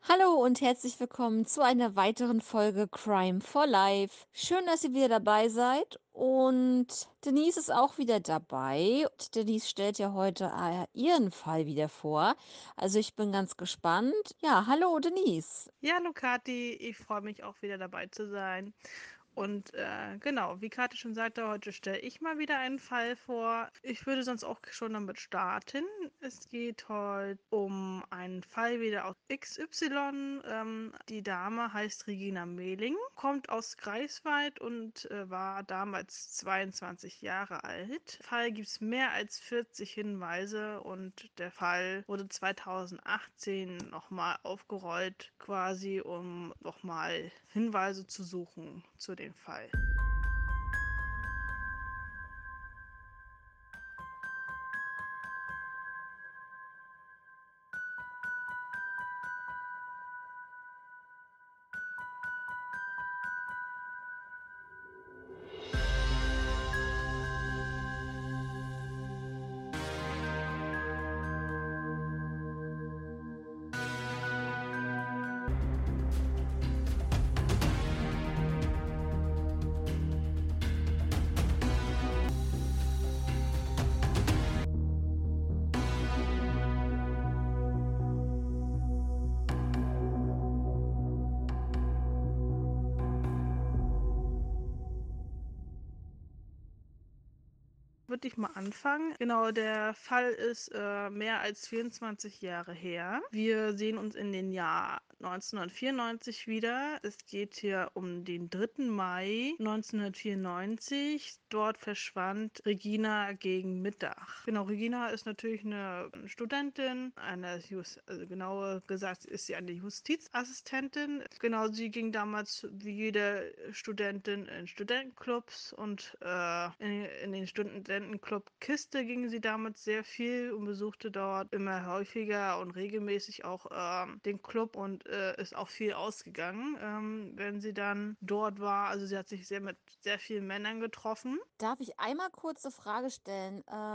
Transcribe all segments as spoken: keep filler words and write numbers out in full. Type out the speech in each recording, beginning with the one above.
Hallo und herzlich willkommen zu einer weiteren Folge Crime for Life. Schön, dass ihr wieder dabei seid und Denise ist auch wieder dabei. Und Denise stellt ja heute äh, ihren Fall wieder vor. Also ich bin ganz gespannt. Ja, hallo Denise. Ja, hallo Kathi, ich freue mich auch wieder dabei zu sein. Und äh, genau, wie Kathi schon sagte, heute stelle ich mal wieder einen Fall vor. Ich würde sonst auch schon damit starten. Es geht heute um einen Fall wieder aus X Y. Ähm, die Dame heißt Regina Mehling, kommt aus Greifswald und äh, war damals zweiundzwanzig Jahre alt. Im Fall gibt es mehr als vierzig Hinweise und der Fall wurde zweitausendachtzehn nochmal aufgerollt, quasi um nochmal Hinweise zu suchen zu dem Fall. Würde ich mal anfangen. Genau, der Fall ist äh, mehr als vierundzwanzig Jahre her. Wir sehen uns in den Jahr neunzehnhundertvierundneunzig wieder. Es geht hier um den dritten Mai neunzehnhundertvierundneunzig. Dort verschwand Regina gegen Mittag. Genau, Regina ist natürlich eine Studentin, eine Just also genauer gesagt ist sie eine Justizassistentin. Genau, sie ging damals wie jede Studentin in Studentenclubs und äh, in, in den Studentenclub Kiste ging sie damals sehr viel und besuchte dort immer häufiger und regelmäßig auch ähm, den Club und äh, ist auch viel ausgegangen, ähm, wenn sie dann dort war. Also sie hat sich sehr mit sehr vielen Männern getroffen. Darf ich einmal kurz eine Frage stellen? Äh,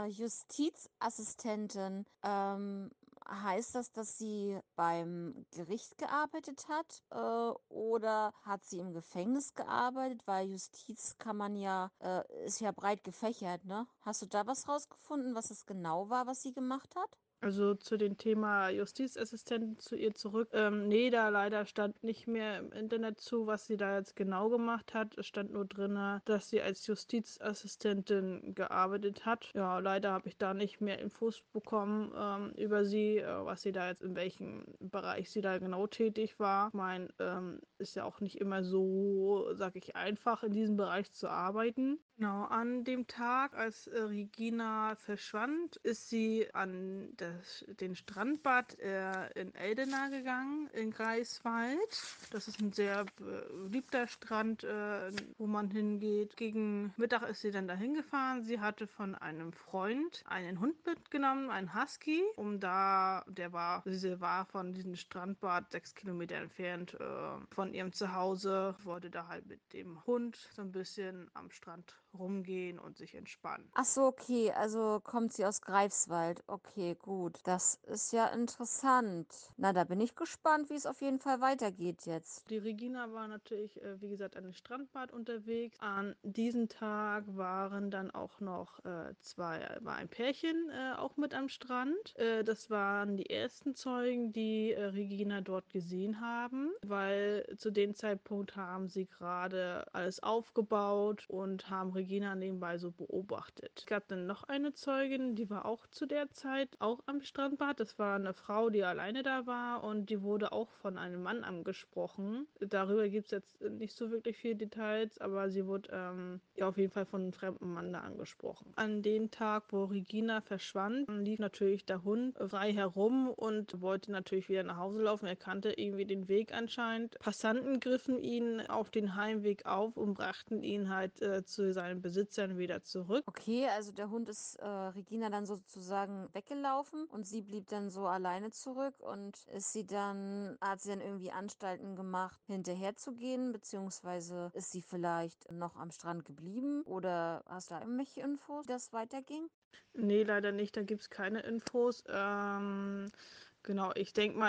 Justizassistentin, ähm, heißt das, dass sie beim Gericht gearbeitet hat, äh, oder hat sie im Gefängnis gearbeitet? Weil Justiz kann man ja, äh, ist ja breit gefächert, ne? Hast du da was rausgefunden, was es genau war, was sie gemacht hat? Also zu dem Thema Justizassistentin zu ihr zurück. Ähm, nee, da leider stand nicht mehr im Internet zu, was sie da jetzt genau gemacht hat. Es stand nur drin, dass sie als Justizassistentin gearbeitet hat. Ja, leider habe ich da nicht mehr Infos bekommen ähm, über sie, äh, was sie da jetzt, in welchem Bereich sie da genau tätig war. Ich meine, ähm, ist ja auch nicht immer so, sag ich, einfach in diesem Bereich zu arbeiten. Genau, an dem Tag, als äh, Regina verschwand, ist sie an das, den Strandbad äh, in Eldena gegangen, in Greifswald. Das ist ein sehr beliebter Strand, äh, wo man hingeht. Gegen Mittag ist sie dann dahin gefahren. Sie hatte von einem Freund einen Hund mitgenommen, einen Husky, um da, der war, sie war von diesem Strandbad sechs Kilometer entfernt äh, von ihrem Zuhause, wollte da halt mit dem Hund so ein bisschen am Strand rumgehen und sich entspannen. Ach so, okay, also kommt sie aus Greifswald. Okay, gut. Das ist ja interessant. Na, da bin ich gespannt, wie es auf jeden Fall weitergeht jetzt. Die Regina war natürlich, äh, wie gesagt, an einem Strandbad unterwegs. An diesem Tag waren dann auch noch äh, zwei, war ein Pärchen äh, auch mit am Strand. Äh, das waren die ersten Zeugen, die äh, Regina dort gesehen haben, weil zu dem Zeitpunkt haben sie gerade alles aufgebaut und haben Regina nebenbei so beobachtet. Es gab dann noch eine Zeugin, die war auch zu der Zeit auch am Strandbad. Das war eine Frau, die alleine da war und die wurde auch von einem Mann angesprochen. Darüber gibt es jetzt nicht so wirklich viele Details, aber sie wurde ähm, ja auf jeden Fall von einem fremden Mann da angesprochen. An dem Tag, wo Regina verschwand, lief natürlich der Hund frei herum und wollte natürlich wieder nach Hause laufen. Er kannte irgendwie den Weg anscheinend. Passanten griffen ihn auf den Heimweg auf und brachten ihn halt äh, zu seinen Besitzern wieder zurück. Okay, also der Hund ist äh, Regina dann sozusagen weggelaufen und sie blieb dann so alleine zurück und ist sie dann, hat sie dann irgendwie Anstalten gemacht, hinterher zu gehen, beziehungsweise ist sie vielleicht noch am Strand geblieben oder hast du da irgendwelche Infos, wie das weiterging? Nee, leider nicht, da gibt es keine Infos. Ähm, genau, ich denke mal,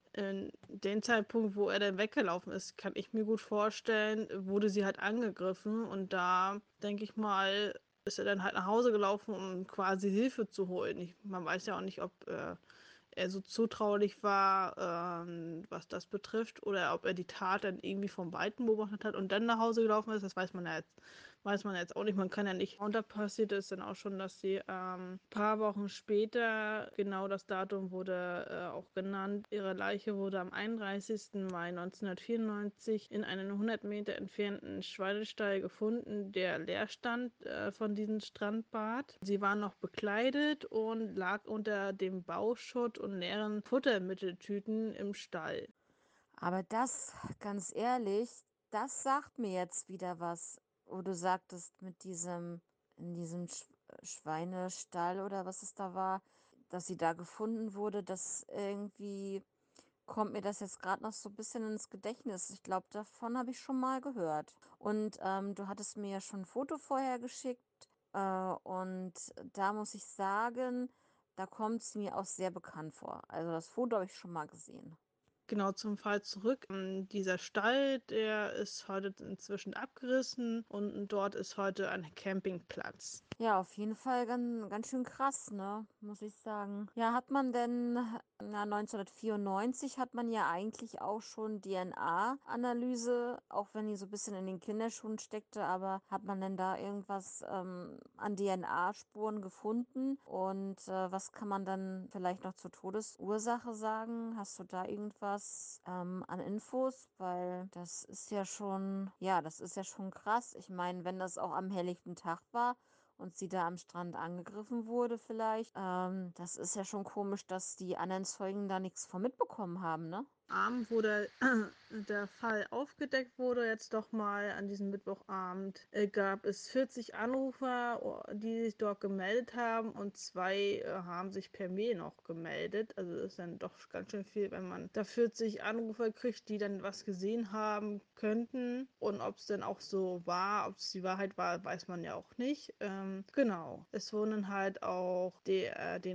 in den Zeitpunkt, wo er dann weggelaufen ist, kann ich mir gut vorstellen, wurde sie halt angegriffen und da denke ich mal, ist er dann halt nach Hause gelaufen, um quasi Hilfe zu holen. Ich, man weiß ja auch nicht, ob äh, er so zutraulich war, ähm, was das betrifft, oder ob er die Tat dann irgendwie vom Weiten beobachtet hat und dann nach Hause gelaufen ist. Das weiß man ja jetzt, weiß man jetzt auch nicht. Man kann ja nicht. Und da passiert es dann auch schon, dass sie ähm, ein paar Wochen später, genau das Datum wurde äh, auch genannt, ihre Leiche wurde am einunddreißigsten Mai neunzehnhundertvierundneunzig in einem hundert Meter entfernten Schweinestall gefunden, der leer stand äh, von diesem Strandbad. Sie war noch bekleidet und lag unter dem Bauschutt und leeren Futtermitteltüten im Stall. Aber das, ganz ehrlich, das sagt mir jetzt wieder was, wo du sagtest mit diesem, in diesem Sch Schweinestall oder was es da war, dass sie da gefunden wurde, das irgendwie kommt mir das jetzt gerade noch so ein bisschen ins Gedächtnis. Ich glaube, davon habe ich schon mal gehört. Und ähm, du hattest mir ja schon ein Foto vorher geschickt, äh, und da muss ich sagen, da kommt es mir auch sehr bekannt vor. Also das Foto habe ich schon mal gesehen. Genau zum Fall zurück. Ähm, Dieser Stall, der ist heute inzwischen abgerissen und dort ist heute ein Campingplatz. Ja, auf jeden Fall ganz, ganz schön krass, ne, muss ich sagen. Ja, hat man denn, na, neunzehnhundertvierundneunzig hat man ja eigentlich auch schon D N A-Analyse, auch wenn die so ein bisschen in den Kinderschuhen steckte, aber hat man denn da irgendwas ähm, an D N A-Spuren gefunden? Und äh, was kann man dann vielleicht noch zur Todesursache sagen? Hast du da irgendwas ähm, an Infos? Weil das ist ja schon, ja, das ist ja schon krass. Ich meine, wenn das auch am helllichten Tag war, und sie da am Strand angegriffen wurde vielleicht. Ähm, das ist ja schon komisch, dass die anderen Zeugen da nichts von mitbekommen haben, ne? Abend, wo der, der Fall aufgedeckt wurde, jetzt doch mal an diesem Mittwochabend, äh, gab es vierzig Anrufer, oh, die sich dort gemeldet haben und zwei äh, haben sich per Mail noch gemeldet. Also das ist dann doch ganz schön viel, wenn man da vierzig Anrufer kriegt, die dann was gesehen haben könnten. Und ob es dann auch so war, ob es die Wahrheit war, weiß man ja auch nicht. Ähm, genau. Es wurden halt auch D N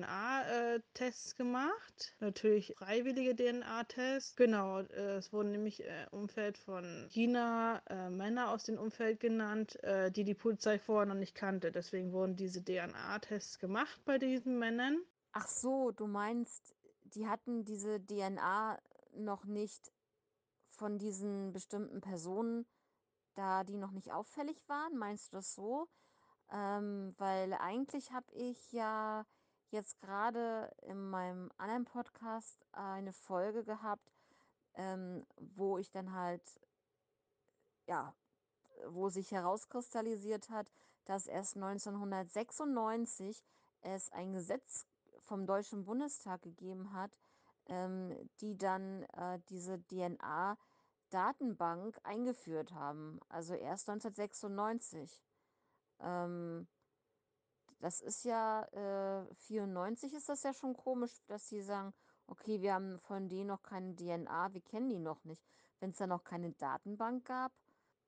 A-Tests gemacht. Natürlich freiwillige D N A-Tests. Genau, äh, es wurden nämlich äh, im Umfeld von China äh, Männer aus dem Umfeld genannt, äh, die die Polizei vorher noch nicht kannte. Deswegen wurden diese D N A-Tests gemacht bei diesen Männern. Ach so, du meinst, die hatten diese D N A noch nicht von diesen bestimmten Personen, da die noch nicht auffällig waren? Meinst du das so? Ähm, weil eigentlich habe ich ja jetzt gerade in meinem anderen Podcast eine Folge gehabt, ähm, wo ich dann halt, ja, wo sich herauskristallisiert hat, dass erst neunzehnhundertsechsundneunzig es ein Gesetz vom Deutschen Bundestag gegeben hat, ähm, die dann äh, diese D N A-Datenbank eingeführt haben. Also erst neunzehnhundertsechsundneunzig. Ähm, Das ist ja, äh, vierundneunzig ist das ja schon komisch, dass sie sagen, okay, wir haben von denen noch keine D N A, wir kennen die noch nicht. Wenn es da noch keine Datenbank gab,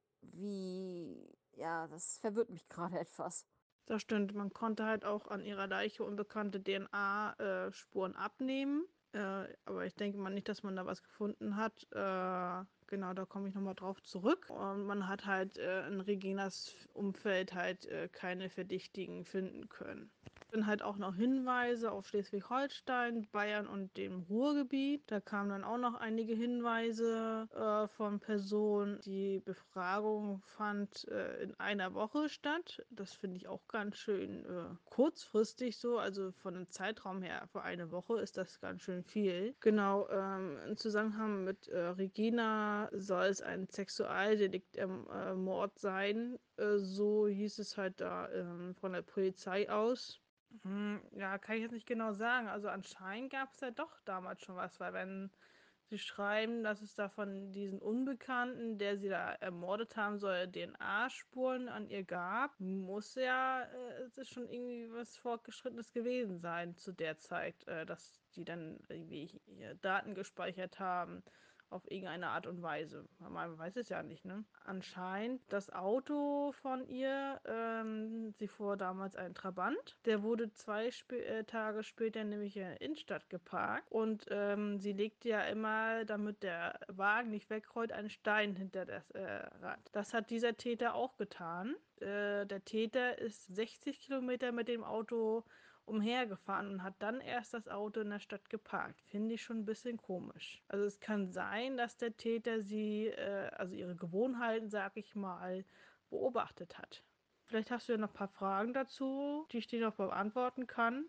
wie, ja, das verwirrt mich gerade etwas. Das stimmt, man konnte halt auch an ihrer Leiche unbekannte D N A-Spuren abnehmen. Äh, aber ich denke mal nicht, dass man da was gefunden hat. Äh, genau, da komme ich nochmal drauf zurück. Und man hat halt äh, in Reginas Umfeld halt äh, keine Verdächtigen finden können. Dann halt auch noch Hinweise auf Schleswig-Holstein, Bayern und dem Ruhrgebiet. Da kamen dann auch noch einige Hinweise äh, von Personen. Die Befragung fand äh, in einer Woche statt. Das finde ich auch ganz schön äh, kurzfristig so. Also von dem Zeitraum her für eine Woche ist das ganz schön viel. Genau, ähm, im Zusammenhang mit äh, Regina soll es ein Sexualdelikt, ähm, äh, Mord sein. Äh, so hieß es halt da ähm, von der Polizei aus. Hm, ja, kann ich jetzt nicht genau sagen. Also anscheinend gab es ja doch damals schon was, weil wenn sie schreiben, dass es da von diesen Unbekannten, der sie da ermordet haben soll, D N A-Spuren an ihr gab, muss ja äh, es ist schon irgendwie was Fortgeschrittenes gewesen sein zu der Zeit, äh, dass die dann irgendwie ihre Daten gespeichert haben auf irgendeine Art und Weise. Man weiß es ja nicht, ne? Anscheinend das Auto von ihr, ähm, sie fuhr damals einen Trabant, der wurde zwei Sp äh, Tage später nämlich in der Innenstadt geparkt und ähm, sie legte ja immer, damit der Wagen nicht wegrollt, einen Stein hinter das äh, Rad. Das hat dieser Täter auch getan. Äh, der Täter ist sechzig Kilometer mit dem Auto umhergefahren und hat dann erst das Auto in der Stadt geparkt. Finde ich schon ein bisschen komisch. Also es kann sein, dass der Täter sie, äh, also ihre Gewohnheiten, sag ich mal, beobachtet hat. Vielleicht hast du ja noch ein paar Fragen dazu, die ich dir noch beantworten kann.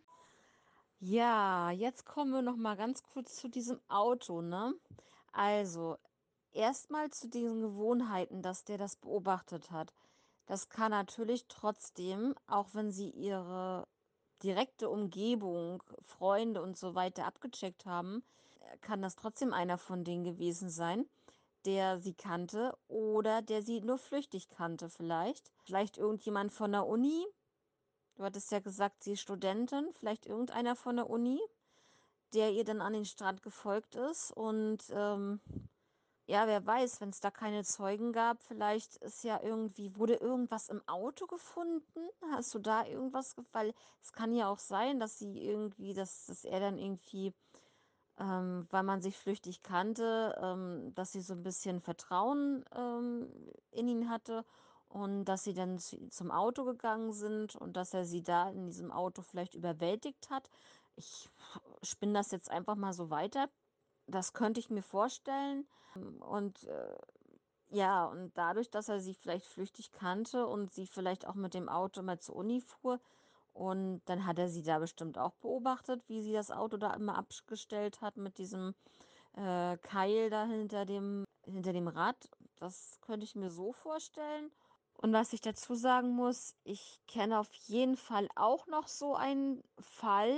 Ja, jetzt kommen wir noch mal ganz kurz zu diesem Auto, ne? Also, erstmal zu diesen Gewohnheiten, dass der das beobachtet hat. Das kann natürlich trotzdem, auch wenn sie ihre direkte Umgebung, Freunde und so weiter abgecheckt haben, äh, kann das trotzdem einer von denen gewesen sein, der sie kannte oder der sie nur flüchtig kannte vielleicht. Vielleicht irgendjemand von der Uni. Du hattest ja gesagt, sie ist Studentin, vielleicht irgendeiner von der Uni, der ihr dann an den Strand gefolgt ist. Und ähm, ja, wer weiß, wenn es da keine Zeugen gab, vielleicht ist ja irgendwie, wurde irgendwas im Auto gefunden? Hast du da irgendwas, ge- weil es kann ja auch sein, dass sie irgendwie, dass, dass er dann irgendwie, ähm, weil man sich flüchtig kannte, ähm, dass sie so ein bisschen Vertrauen ähm, in ihn hatte und dass sie dann zu, zum Auto gegangen sind und dass er sie da in diesem Auto vielleicht überwältigt hat. Ich spinne das jetzt einfach mal so weiter. Das könnte ich mir vorstellen. Und äh, ja, und dadurch, dass er sie vielleicht flüchtig kannte und sie vielleicht auch mit dem Auto mal zur Uni fuhr, und dann hat er sie da bestimmt auch beobachtet, wie sie das Auto da immer abgestellt hat mit diesem äh, Keil da hinter dem, hinter dem Rad. Das könnte ich mir so vorstellen. Und was ich dazu sagen muss, ich kenne auf jeden Fall auch noch so einen Fall,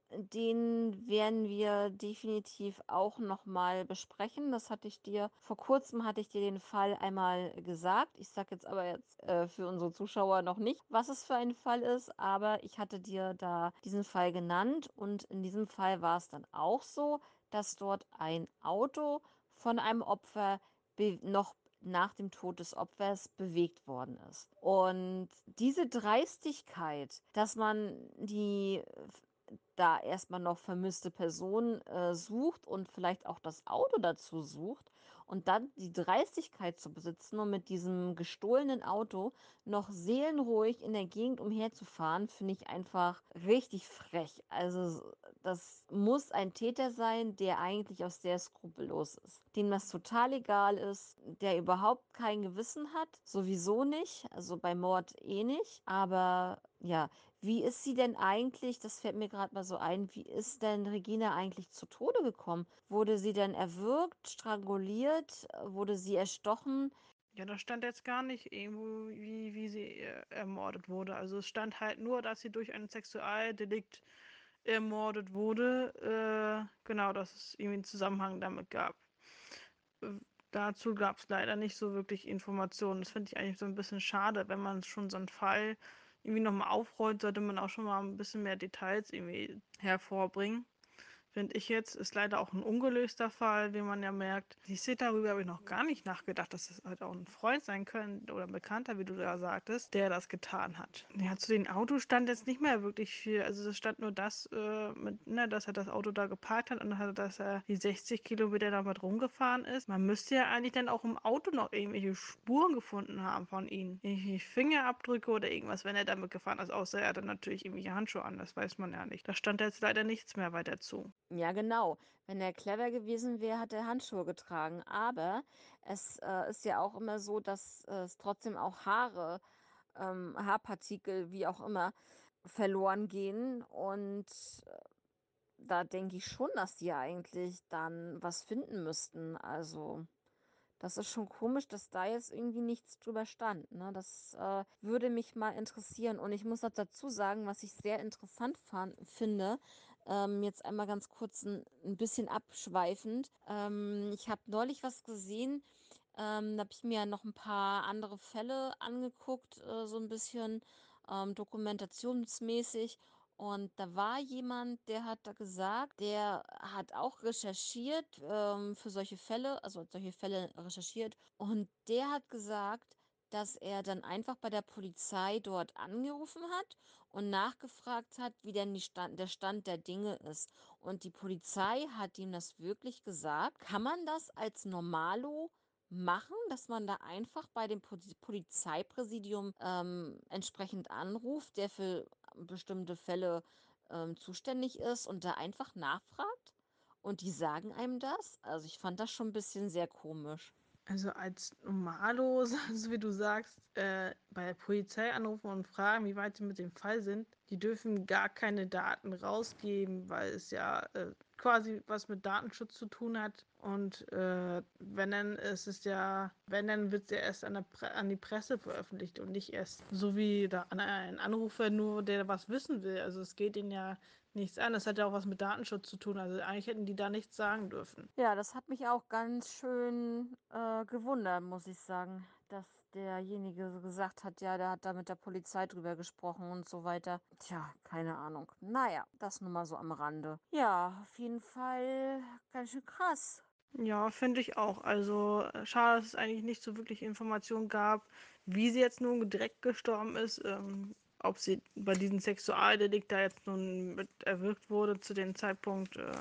den werden wir definitiv auch noch mal besprechen. Das hatte ich dir vor kurzem hatte ich dir den Fall einmal gesagt. Ich sage jetzt aber jetzt äh, für unsere Zuschauer noch nicht, was es für ein Fall ist, aber ich hatte dir da diesen Fall genannt und in diesem Fall war es dann auch so, dass dort ein Auto von einem Opfer be noch nach dem Tod des Opfers bewegt worden ist. Und diese Dreistigkeit, dass man die da erstmal noch vermisste Person äh, sucht und vielleicht auch das Auto dazu sucht und dann die Dreistigkeit zu besitzen und mit diesem gestohlenen Auto noch seelenruhig in der Gegend umherzufahren, finde ich einfach richtig frech. Also das muss ein Täter sein, der eigentlich auch sehr skrupellos ist, dem das total egal ist, der überhaupt kein Gewissen hat, sowieso nicht, also bei Mord eh nicht, aber ja, wie ist sie denn eigentlich, das fällt mir gerade mal so ein, wie ist denn Regina eigentlich zu Tode gekommen? Wurde sie denn erwürgt, stranguliert, wurde sie erstochen? Ja, da stand jetzt gar nicht irgendwo, wie, wie sie äh, ermordet wurde. Also es stand halt nur, dass sie durch ein Sexualdelikt ermordet wurde. Äh, genau, dass es irgendwie einen Zusammenhang damit gab. Äh, Dazu gab es leider nicht so wirklich Informationen. Das finde ich eigentlich so ein bisschen schade, wenn man schon so einen Fall irgendwie nochmal aufrollt, sollte man auch schon mal ein bisschen mehr Details irgendwie hervorbringen. Finde ich jetzt, ist leider auch ein ungelöster Fall, wie man ja merkt. Ich sehe, darüber habe ich noch gar nicht nachgedacht, dass es halt auch ein Freund sein könnte oder ein Bekannter, wie du da sagtest, der das getan hat. Ja, zu den Autos stand jetzt nicht mehr wirklich viel. Also es stand nur das, äh, mit, ne, dass er das Auto da geparkt hat und hat, dass er die sechzig Kilometer damit rumgefahren ist. Man müsste ja eigentlich dann auch im Auto noch irgendwelche Spuren gefunden haben von ihm. Irgendwelche Fingerabdrücke oder irgendwas, wenn er damit gefahren ist. Außer er hatte natürlich irgendwelche Handschuhe an, das weiß man ja nicht. Da stand jetzt leider nichts mehr weiter zu. Ja, genau. Wenn er clever gewesen wäre, hat er Handschuhe getragen. Aber es äh, ist ja auch immer so, dass äh, es trotzdem auch Haare, ähm, Haarpartikel, wie auch immer, verloren gehen. Und äh, da denke ich schon, dass die eigentlich dann was finden müssten. Also. Das ist schon komisch, dass da jetzt irgendwie nichts drüber stand, ne? Das äh, würde mich mal interessieren. Und ich muss noch dazu sagen, was ich sehr interessant fand, finde, ähm, jetzt einmal ganz kurz ein, ein bisschen abschweifend. Ähm, ich habe neulich was gesehen, ähm, da habe ich mir ja noch ein paar andere Fälle angeguckt, äh, so ein bisschen ähm, dokumentationsmäßig. Und da war jemand, der hat da gesagt, der hat auch recherchiert, ähm, für solche Fälle, also hat solche Fälle recherchiert. Und der hat gesagt, dass er dann einfach bei der Polizei dort angerufen hat und nachgefragt hat, wie denn die Stand, der Stand der Dinge ist. Und die Polizei hat ihm das wirklich gesagt. Kann man das als Normalo machen, dass man da einfach bei dem Poli- Polizeipräsidium ähm, entsprechend anruft, der für bestimmte Fälle ähm, zuständig ist und da einfach nachfragt? Und die sagen einem das? Also ich fand das schon ein bisschen sehr komisch. Also als Normalo, so wie du sagst, äh, bei der Polizei anrufen und fragen, wie weit sie mit dem Fall sind. Die dürfen gar keine Daten rausgeben, weil es ja äh, quasi was mit Datenschutz zu tun hat. Und äh, wenn dann ist es ja, wenn dann wird es ja erst an, der Pre an die Presse veröffentlicht und nicht erst so wie da an einen Anrufer nur, der was wissen will. Also es geht ihnen ja nichts an. Das hat ja auch was mit Datenschutz zu tun. Also eigentlich hätten die da nichts sagen dürfen. Ja, das hat mich auch ganz schön äh, gewundert, muss ich sagen, dass derjenige so gesagt hat, ja, der hat da mit der Polizei drüber gesprochen und so weiter. Tja, keine Ahnung. Naja, das nur mal so am Rande. Ja, auf jeden Fall ganz schön krass. Ja, finde ich auch. Also äh, schade, dass es eigentlich nicht so wirklich Informationen gab, wie sie jetzt nun direkt gestorben ist. Ähm, ob sie bei diesem Sexualdelikt da jetzt nun mit erwürgt wurde zu dem Zeitpunkt, äh,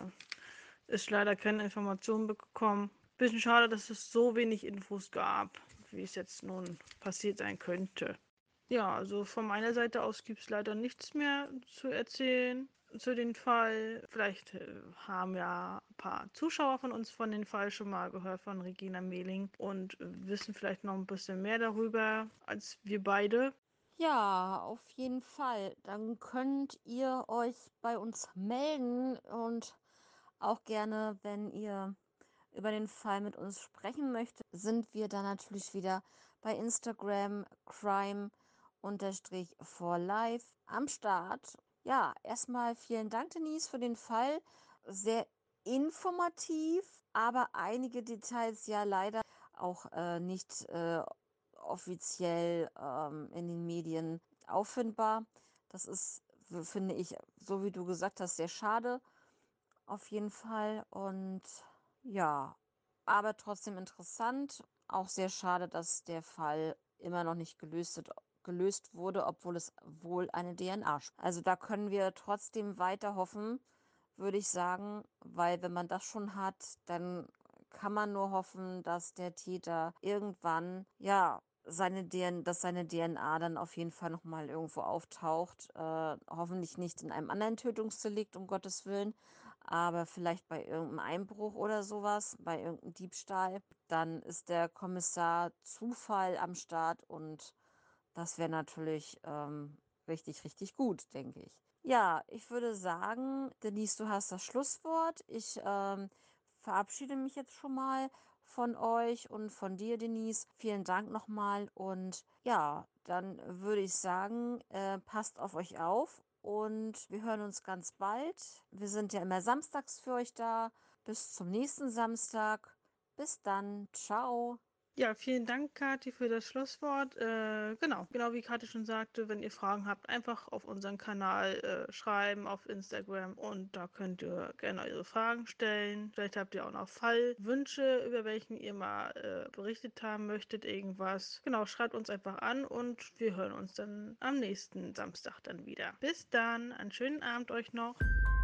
ist leider keine Information bekommen. Bisschen schade, dass es so wenig Infos gab, wie es jetzt nun passiert sein könnte. Ja, also von meiner Seite aus gibt es leider nichts mehr zu erzählen zu dem Fall. Vielleicht äh, haben ja ein paar Zuschauer von uns von dem Fall schon mal gehört von Regina Mehling und äh, wissen vielleicht noch ein bisschen mehr darüber als wir beide. Ja, auf jeden Fall. Dann könnt ihr euch bei uns melden und auch gerne, wenn ihr über den Fall mit uns sprechen möchtet, sind wir dann natürlich wieder bei Instagram crime for life am Start. Ja, erstmal vielen Dank, Denise, für den Fall. Sehr informativ, aber einige Details ja leider auch äh, nicht äh, offiziell ähm, in den Medien auffindbar. Das ist, w- finde ich, so wie du gesagt hast, sehr schade. Auf jeden Fall. Und ja, aber trotzdem interessant. Auch sehr schade, dass der Fall immer noch nicht gelöst, wird- gelöst wurde, obwohl es wohl eine D N A. sp- Also da können wir trotzdem weiter hoffen, würde ich sagen, weil wenn man das schon hat, dann kann man nur hoffen, dass der Täter irgendwann, ja, seine D N dass seine D N A dann auf jeden Fall noch mal irgendwo auftaucht. Äh, hoffentlich nicht in einem anderen Tötungsdelikt, um Gottes Willen, aber vielleicht bei irgendeinem Einbruch oder sowas, bei irgendeinem Diebstahl. Dann ist der Kommissar Zufall am Start und das wäre natürlich ähm, richtig, richtig gut, denke ich. Ja, ich würde sagen, Denise, du hast das Schlusswort. Ich ähm, verabschiede mich jetzt schon mal von euch und von dir, Denise. Vielen Dank nochmal. Und ja, dann würde ich sagen, äh, passt auf euch auf und wir hören uns ganz bald. Wir sind ja immer samstags für euch da. Bis zum nächsten Samstag. Bis dann. Ciao. Ja, vielen Dank, Kathi, für das Schlusswort. Äh, genau, genau wie Kathi schon sagte, wenn ihr Fragen habt, einfach auf unseren Kanal äh, schreiben, auf Instagram und da könnt ihr gerne eure Fragen stellen. Vielleicht habt ihr auch noch Fallwünsche, über welchen ihr mal äh, berichtet haben möchtet, irgendwas. Genau, schreibt uns einfach an und wir hören uns dann am nächsten Samstag dann wieder. Bis dann, einen schönen Abend euch noch.